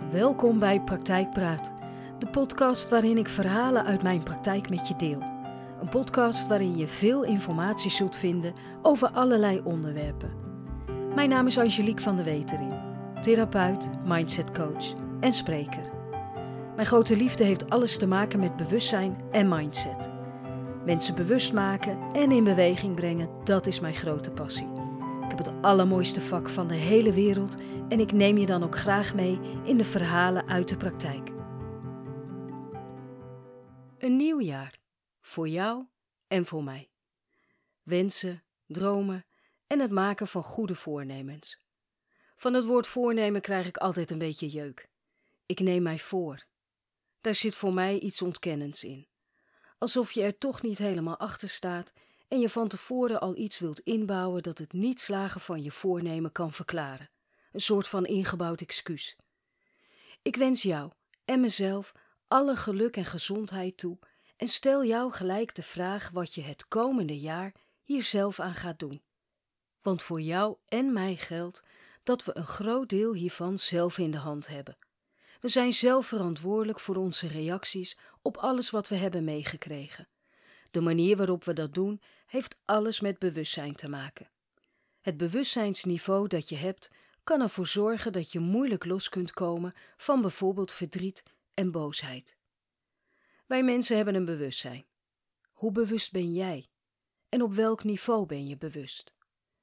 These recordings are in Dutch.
Welkom bij Praktijkpraat, de podcast waarin ik verhalen uit mijn praktijk met je deel. Een podcast waarin je veel informatie zult vinden over allerlei onderwerpen. Mijn naam is Angelique van de Wetering, therapeut, mindsetcoach en spreker. Mijn grote liefde heeft alles te maken met bewustzijn en mindset. Mensen bewust maken en in beweging brengen, dat is mijn grote passie. Ik heb het allermooiste vak van de hele wereld en ik neem je dan ook graag mee in de verhalen uit de praktijk. Een nieuw jaar. Voor jou en voor mij. Wensen, dromen en het maken van goede voornemens. Van het woord voornemen krijg ik altijd een beetje jeuk. Ik neem mij voor. Daar zit voor mij iets ontkennends in. Alsof je er toch niet helemaal achter staat en je van tevoren al iets wilt inbouwen dat het niet slagen van je voornemen kan verklaren. Een soort van ingebouwd excuus. Ik wens jou en mezelf alle geluk en gezondheid toe en stel jou gelijk de vraag wat je het komende jaar hier zelf aan gaat doen. Want voor jou en mij geldt dat we een groot deel hiervan zelf in de hand hebben. We zijn zelf verantwoordelijk voor onze reacties op alles wat we hebben meegekregen. De manier waarop we dat doen heeft alles met bewustzijn te maken. Het bewustzijnsniveau dat je hebt kan ervoor zorgen dat je moeilijk los kunt komen van bijvoorbeeld verdriet en boosheid. Wij mensen hebben een bewustzijn. Hoe bewust ben jij? En op welk niveau ben je bewust?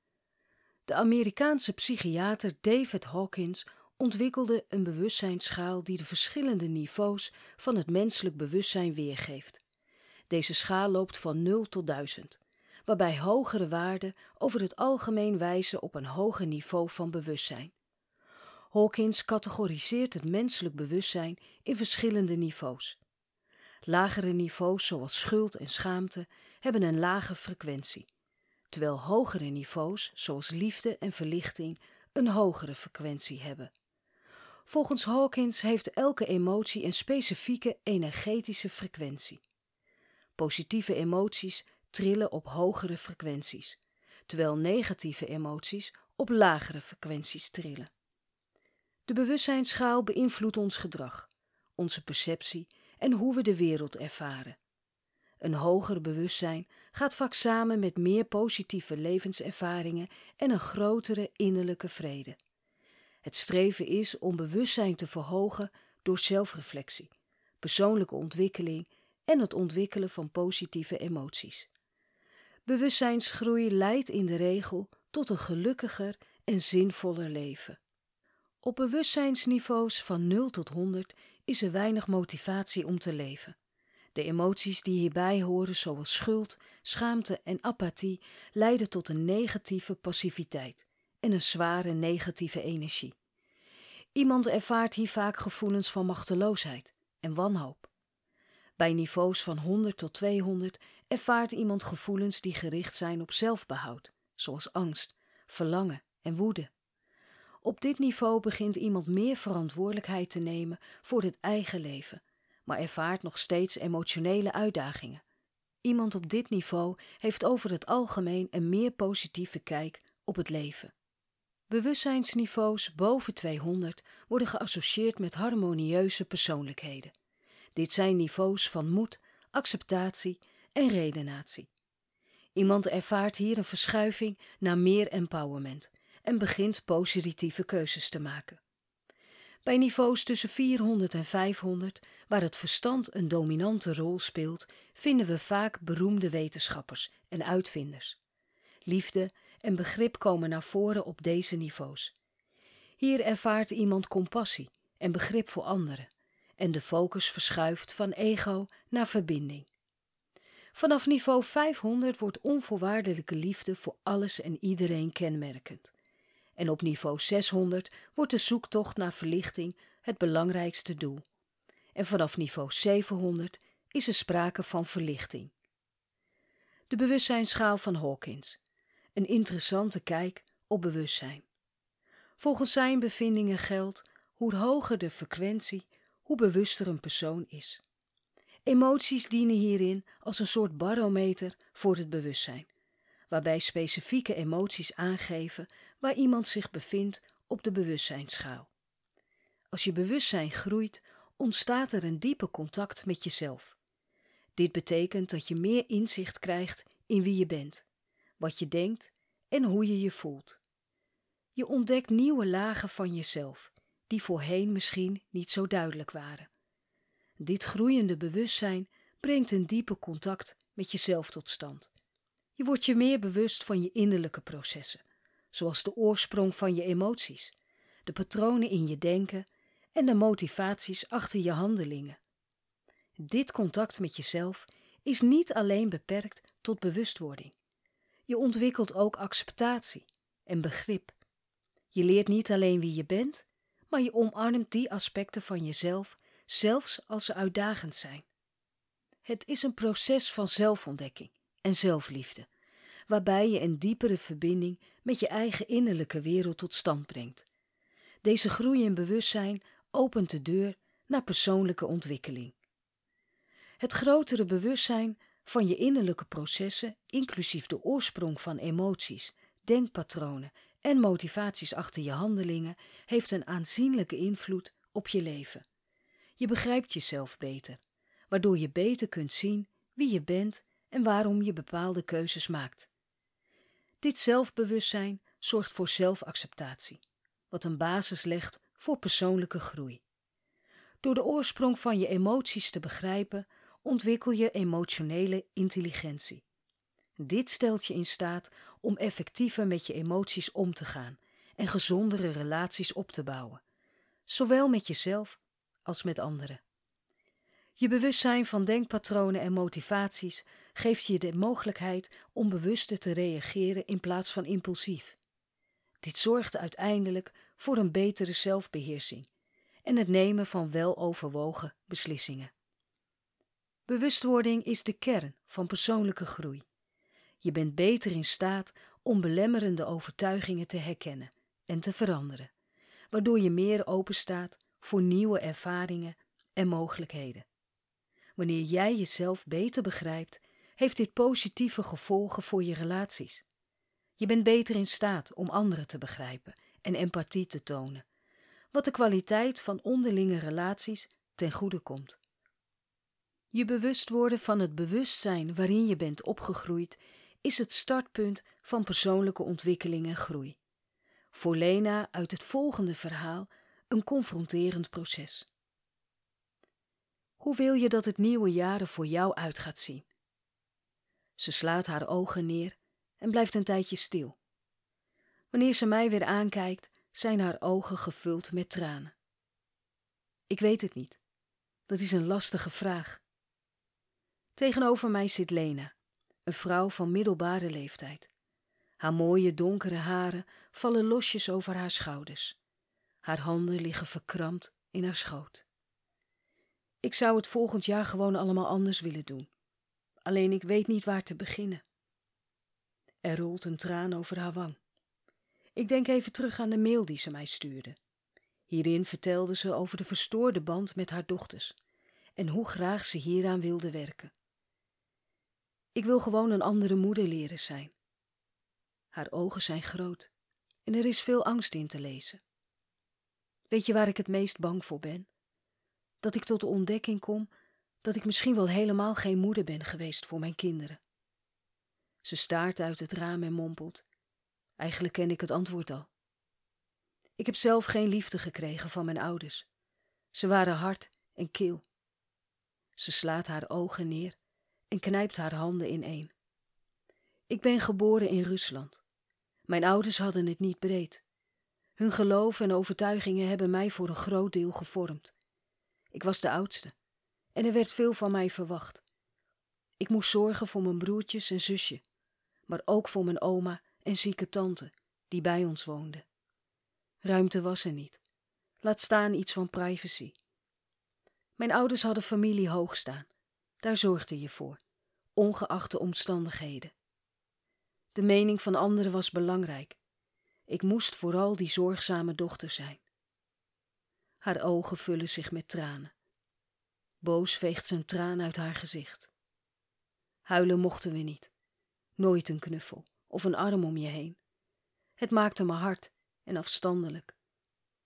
De Amerikaanse psychiater David Hawkins ontwikkelde een bewustzijnsschaal die de verschillende niveaus van het menselijk bewustzijn weergeeft. Deze schaal loopt van 0 tot 1000, waarbij hogere waarden over het algemeen wijzen op een hoger niveau van bewustzijn. Hawkins categoriseert het menselijk bewustzijn in verschillende niveaus. Lagere niveaus zoals schuld en schaamte hebben een lage frequentie, terwijl hogere niveaus zoals liefde en verlichting een hogere frequentie hebben. Volgens Hawkins heeft elke emotie een specifieke energetische frequentie. Positieve emoties trillen op hogere frequenties, terwijl negatieve emoties op lagere frequenties trillen. De bewustzijnsschaal beïnvloedt ons gedrag, onze perceptie en hoe we de wereld ervaren. Een hoger bewustzijn gaat vaak samen met meer positieve levenservaringen en een grotere innerlijke vrede. Het streven is om bewustzijn te verhogen door zelfreflectie, persoonlijke ontwikkeling en het ontwikkelen van positieve emoties. Bewustzijnsgroei leidt in de regel tot een gelukkiger en zinvoller leven. Op bewustzijnsniveaus van 0 tot 100 is er weinig motivatie om te leven. De emoties die hierbij horen, zoals schuld, schaamte en apathie, leiden tot een negatieve passiviteit en een zware negatieve energie. Iemand ervaart hier vaak gevoelens van machteloosheid en wanhoop. Bij niveaus van 100 tot 200 ervaart iemand gevoelens die gericht zijn op zelfbehoud, zoals angst, verlangen en woede. Op dit niveau begint iemand meer verantwoordelijkheid te nemen voor het eigen leven, maar ervaart nog steeds emotionele uitdagingen. Iemand op dit niveau heeft over het algemeen een meer positieve kijk op het leven. Bewustzijnsniveaus boven 200 worden geassocieerd met harmonieuze persoonlijkheden. Dit zijn niveaus van moed, acceptatie en redenatie. Iemand ervaart hier een verschuiving naar meer empowerment en begint positieve keuzes te maken. Bij niveaus tussen 400 en 500, waar het verstand een dominante rol speelt, vinden we vaak beroemde wetenschappers en uitvinders. Liefde en begrip komen naar voren op deze niveaus. Hier ervaart iemand compassie en begrip voor anderen en de focus verschuift van ego naar verbinding. Vanaf niveau 500 wordt onvoorwaardelijke liefde voor alles en iedereen kenmerkend. En op niveau 600 wordt de zoektocht naar verlichting het belangrijkste doel. En vanaf niveau 700 is er sprake van verlichting. De bewustzijnsschaal van Hawkins. Een interessante kijk op bewustzijn. Volgens zijn bevindingen geldt, hoe hoger de frequentie, hoe bewuster een persoon is. Emoties dienen hierin als een soort barometer voor het bewustzijn, waarbij specifieke emoties aangeven waar iemand zich bevindt op de bewustzijnsschaal. Als je bewustzijn groeit, ontstaat er een diepe contact met jezelf. Dit betekent dat je meer inzicht krijgt in wie je bent, wat je denkt en hoe je je voelt. Je ontdekt nieuwe lagen van jezelf, die voorheen misschien niet zo duidelijk waren. Dit groeiende bewustzijn brengt een diepe contact met jezelf tot stand. Je wordt je meer bewust van je innerlijke processen, zoals de oorsprong van je emoties, de patronen in je denken en de motivaties achter je handelingen. Dit contact met jezelf is niet alleen beperkt tot bewustwording. Je ontwikkelt ook acceptatie en begrip. Je leert niet alleen wie je bent, maar je omarmt die aspecten van jezelf, zelfs als ze uitdagend zijn. Het is een proces van zelfontdekking en zelfliefde, waarbij je een diepere verbinding met je eigen innerlijke wereld tot stand brengt. Deze groei in bewustzijn opent de deur naar persoonlijke ontwikkeling. Het grotere bewustzijn van je innerlijke processen, inclusief de oorsprong van emoties, denkpatronen en motivaties achter je handelingen, heeft een aanzienlijke invloed op je leven. Je begrijpt jezelf beter, waardoor je beter kunt zien wie je bent en waarom je bepaalde keuzes maakt. Dit zelfbewustzijn zorgt voor zelfacceptatie, wat een basis legt voor persoonlijke groei. Door de oorsprong van je emoties te begrijpen, ontwikkel je emotionele intelligentie. Dit stelt je in staat om effectiever met je emoties om te gaan en gezondere relaties op te bouwen, zowel met jezelf als met anderen. Je bewustzijn van denkpatronen en motivaties geeft je de mogelijkheid om bewuster te reageren in plaats van impulsief. Dit zorgt uiteindelijk voor een betere zelfbeheersing en het nemen van weloverwogen beslissingen. Bewustwording is de kern van persoonlijke groei. Je bent beter in staat om belemmerende overtuigingen te herkennen en te veranderen, waardoor je meer openstaat voor nieuwe ervaringen en mogelijkheden. Wanneer jij jezelf beter begrijpt, heeft dit positieve gevolgen voor je relaties. Je bent beter in staat om anderen te begrijpen en empathie te tonen, wat de kwaliteit van onderlinge relaties ten goede komt. Je bewust worden van het bewustzijn waarin je bent opgegroeid is het startpunt van persoonlijke ontwikkeling en groei. Voor Lena uit het volgende verhaal een confronterend proces. Hoe wil je dat het nieuwe jaar er voor jou uit gaat zien? Ze slaat haar ogen neer en blijft een tijdje stil. Wanneer ze mij weer aankijkt, zijn haar ogen gevuld met tranen. Ik weet het niet. Dat is een lastige vraag. Tegenover mij zit Lena, een vrouw van middelbare leeftijd. Haar mooie donkere haren vallen losjes over haar schouders. Haar handen liggen verkrampt in haar schoot. Ik zou het volgend jaar gewoon allemaal anders willen doen. Alleen ik weet niet waar te beginnen. Er rolt een traan over haar wang. Ik denk even terug aan de mail die ze mij stuurde. Hierin vertelde ze over de verstoorde band met haar dochters en hoe graag ze hieraan wilde werken. Ik wil gewoon een andere moeder leren zijn. Haar ogen zijn groot en er is veel angst in te lezen. Weet je waar ik het meest bang voor ben? Dat ik tot de ontdekking kom dat ik misschien wel helemaal geen moeder ben geweest voor mijn kinderen. Ze staart uit het raam en mompelt: eigenlijk ken ik het antwoord al. Ik heb zelf geen liefde gekregen van mijn ouders. Ze waren hard en kil. Ze slaat haar ogen neer en knijpt haar handen ineen. Ik ben geboren in Rusland. Mijn ouders hadden het niet breed. Hun geloof en overtuigingen hebben mij voor een groot deel gevormd. Ik was de oudste en er werd veel van mij verwacht. Ik moest zorgen voor mijn broertjes en zusje, maar ook voor mijn oma en zieke tante die bij ons woonde. Ruimte was er niet, laat staan iets van privacy. Mijn ouders hadden familie hoog staan, daar zorgde je voor, ongeacht de omstandigheden. De mening van anderen was belangrijk. Ik moest vooral die zorgzame dochter zijn. Haar ogen vullen zich met tranen. Boos veegt ze een traan uit haar gezicht. Huilen mochten we niet. Nooit een knuffel of een arm om je heen. Het maakte me hard en afstandelijk.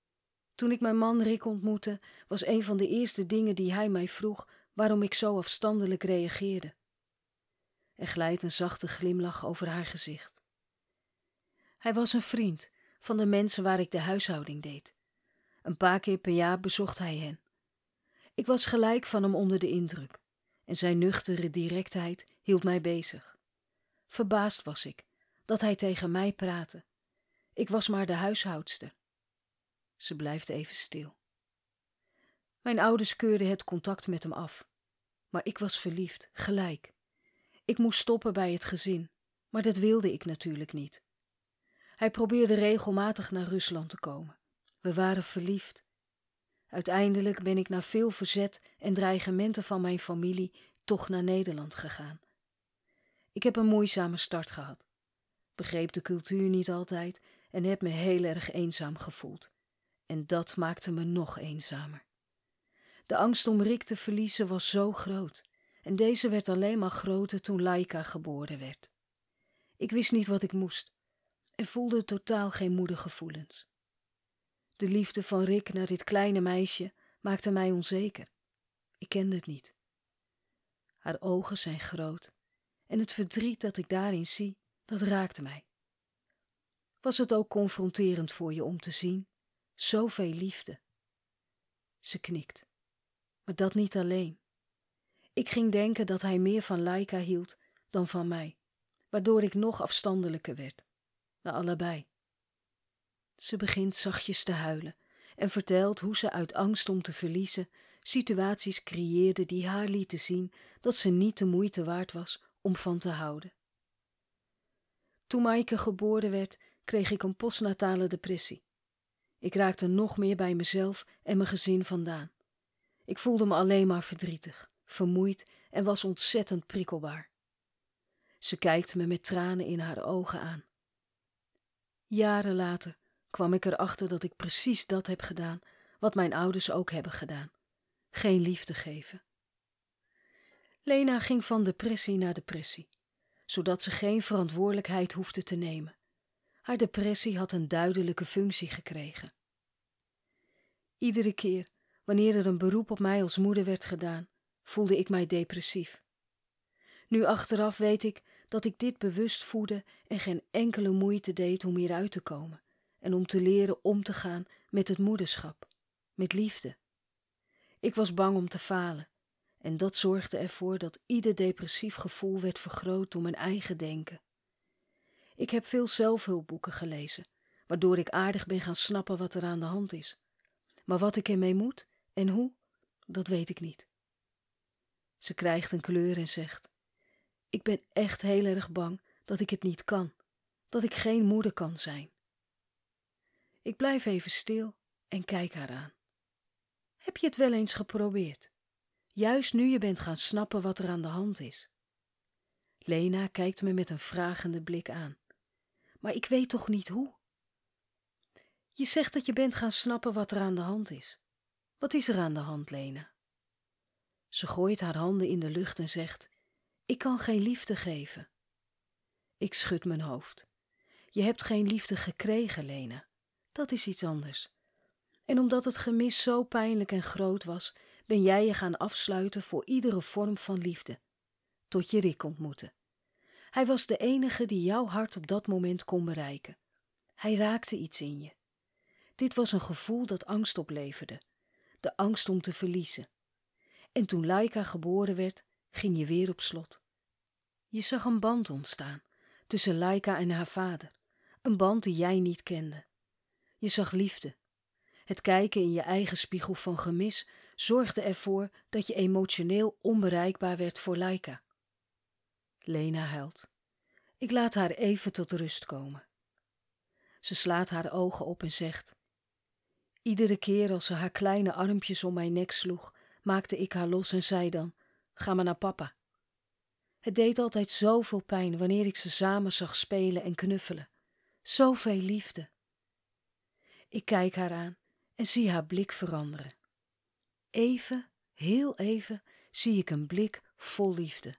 Toen ik mijn man Rick ontmoette, was een van de eerste dingen die hij mij vroeg waarom ik zo afstandelijk reageerde. Er glijdt een zachte glimlach over haar gezicht. Hij was een vriend van de mensen waar ik de huishouding deed. Een paar keer per jaar bezocht hij hen. Ik was gelijk van hem onder de indruk en zijn nuchtere directheid hield mij bezig. Verbaasd was ik dat hij tegen mij praatte. Ik was maar de huishoudster. Ze blijft even stil. Mijn ouders keurden het contact met hem af. Maar ik was verliefd, gelijk. Ik moest stoppen bij het gezin, maar dat wilde ik natuurlijk niet. Hij probeerde regelmatig naar Rusland te komen. We waren verliefd. Uiteindelijk ben ik na veel verzet en dreigementen van mijn familie toch naar Nederland gegaan. Ik heb een moeizame start gehad. Begreep de cultuur niet altijd en heb me heel erg eenzaam gevoeld. En dat maakte me nog eenzamer. De angst om Rick te verliezen was zo groot en deze werd alleen maar groter toen Laika geboren werd. Ik wist niet wat ik moest en voelde totaal geen moedergevoelens. De liefde van Rick naar dit kleine meisje maakte mij onzeker. Ik kende het niet. Haar ogen zijn groot en het verdriet dat ik daarin zie, dat raakt mij. Was het ook confronterend voor je om te zien? Zoveel liefde. Ze knikt. Maar dat niet alleen. Ik ging denken dat hij meer van Laika hield dan van mij, waardoor ik nog afstandelijker werd. Naar allebei. Ze begint zachtjes te huilen en vertelt hoe ze uit angst om te verliezen situaties creëerde die haar lieten zien dat ze niet de moeite waard was om van te houden. Toen Maaike geboren werd, kreeg ik een postnatale depressie. Ik raakte nog meer bij mezelf en mijn gezin vandaan. Ik voelde me alleen maar verdrietig, vermoeid en was ontzettend prikkelbaar. Ze kijkt me met tranen in haar ogen aan. Jaren later kwam ik erachter dat ik precies dat heb gedaan wat mijn ouders ook hebben gedaan. Geen liefde geven. Lena ging van depressie naar depressie, zodat ze geen verantwoordelijkheid hoefde te nemen. Haar depressie had een duidelijke functie gekregen. Iedere keer wanneer er een beroep op mij als moeder werd gedaan, voelde ik mij depressief. Nu achteraf weet ik dat ik dit bewust voedde en geen enkele moeite deed om hieruit te komen en om te leren om te gaan met het moederschap, met liefde. Ik was bang om te falen en dat zorgde ervoor dat ieder depressief gevoel werd vergroot door mijn eigen denken. Ik heb veel zelfhulpboeken gelezen, waardoor ik aardig ben gaan snappen wat er aan de hand is. Maar wat ik ermee moet en hoe, dat weet ik niet. Ze krijgt een kleur en zegt: ik ben echt heel erg bang dat ik het niet kan, dat ik geen moeder kan zijn. Ik blijf even stil en kijk haar aan. Heb je het wel eens geprobeerd? Juist nu je bent gaan snappen wat er aan de hand is. Lena kijkt me met een vragende blik aan. Maar ik weet toch niet hoe? Je zegt dat je bent gaan snappen wat er aan de hand is. Wat is er aan de hand, Lena? Ze gooit haar handen in de lucht en zegt: ik kan geen liefde geven. Ik schud mijn hoofd. Je hebt geen liefde gekregen, Lena. Dat is iets anders. En omdat het gemis zo pijnlijk en groot was, ben jij je gaan afsluiten voor iedere vorm van liefde. Tot je Rick ontmoette. Hij was de enige die jouw hart op dat moment kon bereiken. Hij raakte iets in je. Dit was een gevoel dat angst opleverde. De angst om te verliezen. En toen Laika geboren werd, ging je weer op slot. Je zag een band ontstaan tussen Laika en haar vader. Een band die jij niet kende. Je zag liefde. Het kijken in je eigen spiegel van gemis zorgde ervoor dat je emotioneel onbereikbaar werd voor Laika. Lena huilt. Ik laat haar even tot rust komen. Ze slaat haar ogen op en zegt: iedere keer als ze haar kleine armpjes om mijn nek sloeg, maakte ik haar los en zei dan: ga maar naar papa. Het deed altijd zoveel pijn wanneer ik ze samen zag spelen en knuffelen. Zoveel liefde. Ik kijk haar aan en zie haar blik veranderen. Even, heel even, zie ik een blik vol liefde.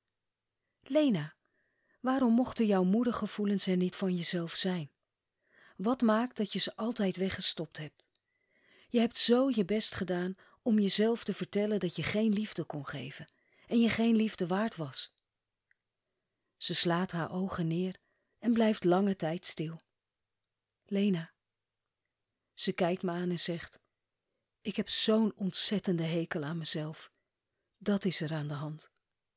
Lena, waarom mochten jouw moedergevoelens er niet van jezelf zijn? Wat maakt dat je ze altijd weggestopt hebt? Je hebt zo je best gedaan om jezelf te vertellen dat je geen liefde kon geven en je geen liefde waard was. Ze slaat haar ogen neer en blijft lange tijd stil. Lena. Ze kijkt me aan en zegt: ik heb zo'n ontzettende hekel aan mezelf. Dat is er aan de hand.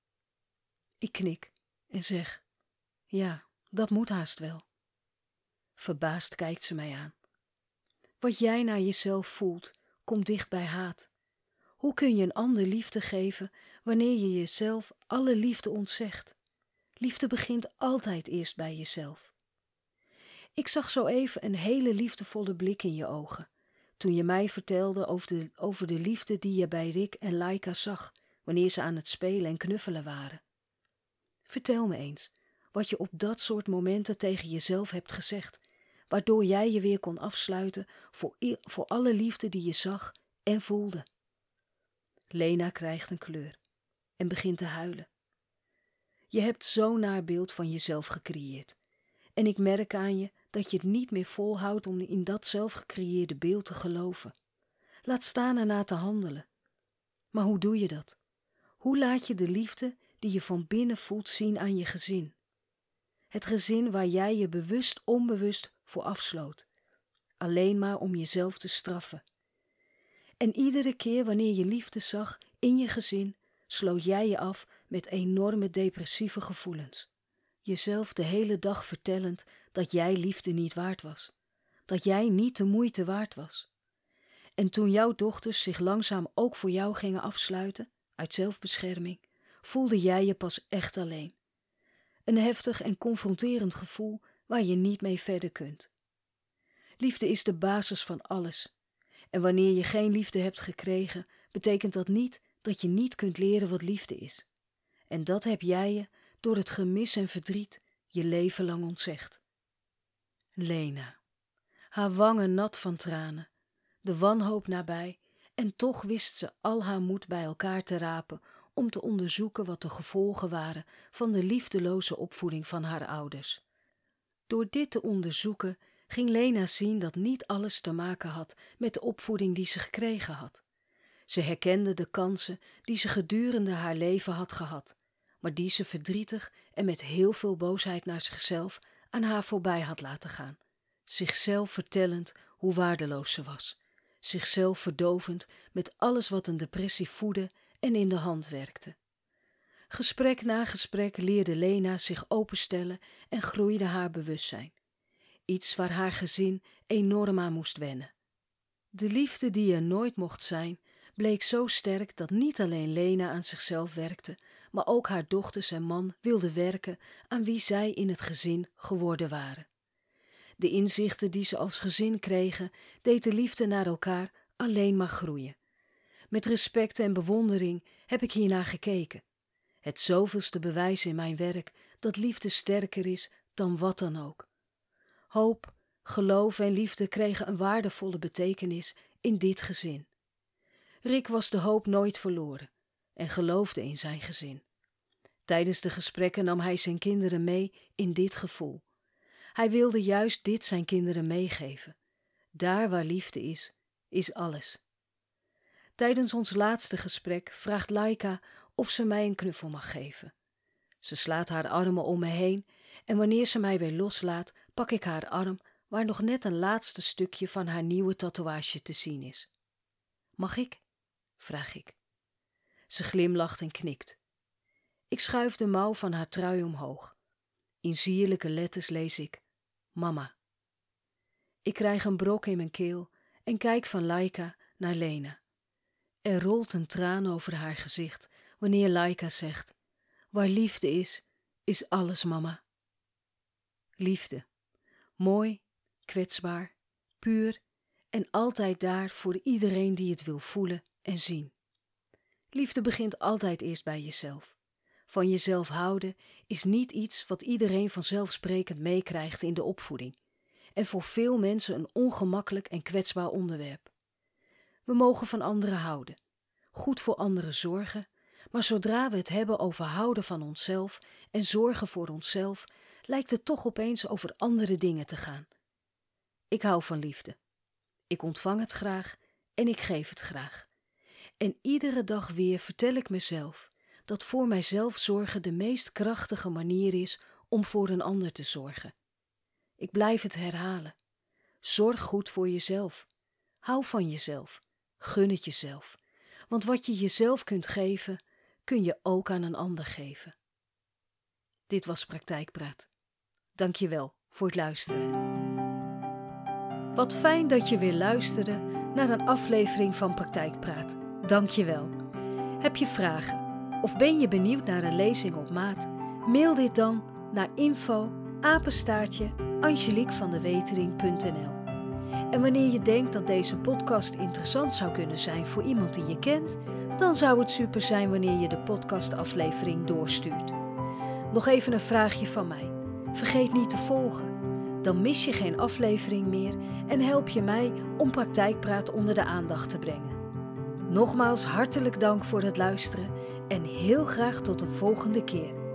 Ik knik en zeg: ja, dat moet haast wel. Verbaasd kijkt ze mij aan. Wat jij naar jezelf voelt, komt dicht bij haat. Hoe kun je een ander liefde geven wanneer je jezelf alle liefde ontzegt? Liefde begint altijd eerst bij jezelf. Ik zag zo even een hele liefdevolle blik in je ogen, toen je mij vertelde over de liefde die je bij Rick en Laika zag, wanneer ze aan het spelen en knuffelen waren. Vertel me eens wat je op dat soort momenten tegen jezelf hebt gezegd, waardoor jij je weer kon afsluiten voor alle liefde die je zag en voelde. Lena krijgt een kleur en begint te huilen. Je hebt zo'n naar beeld van jezelf gecreëerd. En ik merk aan je dat je het niet meer volhoudt om in dat zelf gecreëerde beeld te geloven. Laat staan ernaar te handelen. Maar hoe doe je dat? Hoe laat je de liefde die je van binnen voelt zien aan je gezin? Het gezin waar jij je bewust onbewust voor afsloot. Alleen maar om jezelf te straffen. En iedere keer wanneer je liefde zag in je gezin, sloot jij je af met enorme depressieve gevoelens. Jezelf de hele dag vertellend dat jij liefde niet waard was. Dat jij niet de moeite waard was. En toen jouw dochters zich langzaam ook voor jou gingen afsluiten, uit zelfbescherming, voelde jij je pas echt alleen. Een heftig en confronterend gevoel waar je niet mee verder kunt. Liefde is de basis van alles. En wanneer je geen liefde hebt gekregen, betekent dat niet dat je niet kunt leren wat liefde is. En dat heb jij je door het gemis en verdriet je leven lang ontzegd. Lena. Haar wangen nat van tranen, de wanhoop nabij, en toch wist ze al haar moed bij elkaar te rapen om te onderzoeken wat de gevolgen waren van de liefdeloze opvoeding van haar ouders. Door dit te onderzoeken ging Lena zien dat niet alles te maken had met de opvoeding die ze gekregen had. Ze herkende de kansen die ze gedurende haar leven had gehad, maar die ze verdrietig en met heel veel boosheid naar zichzelf aan haar voorbij had laten gaan. Zichzelf vertellend hoe waardeloos ze was. Zichzelf verdovend met alles wat een depressie voedde en in de hand werkte. Gesprek na gesprek leerde Lena zich openstellen en groeide haar bewustzijn. Iets waar haar gezin enorm aan moest wennen. De liefde die er nooit mocht zijn, bleek zo sterk dat niet alleen Lena aan zichzelf werkte, maar ook haar dochters en man wilden werken aan wie zij in het gezin geworden waren. De inzichten die ze als gezin kregen, deed de liefde naar elkaar alleen maar groeien. Met respect en bewondering heb ik hiernaar gekeken. Het zoveelste bewijs in mijn werk dat liefde sterker is dan wat dan ook. Hoop, geloof en liefde kregen een waardevolle betekenis in dit gezin. Rick was de hoop nooit verloren en geloofde in zijn gezin. Tijdens de gesprekken nam hij zijn kinderen mee in dit gevoel. Hij wilde juist dit zijn kinderen meegeven. Daar waar liefde is, is alles. Tijdens ons laatste gesprek vraagt Laika of ze mij een knuffel mag geven. Ze slaat haar armen om me heen en wanneer ze mij weer loslaat, pak ik haar arm waar nog net een laatste stukje van haar nieuwe tatoeage te zien is. Mag ik? Vraag ik. Ze glimlacht en knikt. Ik schuif de mouw van haar trui omhoog. In sierlijke letters lees ik: Mama. Ik krijg een brok in mijn keel en kijk van Laika naar Lena. Er rolt een traan over haar gezicht wanneer Laika zegt: waar liefde is, is alles, mama. Liefde. Mooi, kwetsbaar, puur en altijd daar voor iedereen die het wil voelen en zien. Liefde begint altijd eerst bij jezelf. Van jezelf houden is niet iets wat iedereen vanzelfsprekend meekrijgt in de opvoeding en voor veel mensen een ongemakkelijk en kwetsbaar onderwerp. We mogen van anderen houden, goed voor anderen zorgen, maar zodra we het hebben over houden van onszelf en zorgen voor onszelf, lijkt het toch opeens over andere dingen te gaan. Ik hou van liefde. Ik ontvang het graag en ik geef het graag. En iedere dag weer vertel ik mezelf dat voor mijzelf zorgen de meest krachtige manier is om voor een ander te zorgen. Ik blijf het herhalen. Zorg goed voor jezelf. Hou van jezelf. Gun het jezelf. Want wat je jezelf kunt geven, kun je ook aan een ander geven. Dit was Praktijkpraat. Dank je wel voor het luisteren. Wat fijn dat je weer luisterde naar een aflevering van Praktijkpraat. Dank je wel. Heb je vragen of ben je benieuwd naar een lezing op maat? Mail dit dan naar info@angeliquevandewetering.nl. En wanneer je denkt dat deze podcast interessant zou kunnen zijn voor iemand die je kent, dan zou het super zijn wanneer je de podcastaflevering doorstuurt. Nog even een vraagje van mij. Vergeet niet te volgen. Dan mis je geen aflevering meer en help je mij om Praktijkpraat onder de aandacht te brengen. Nogmaals hartelijk dank voor het luisteren en heel graag tot een volgende keer.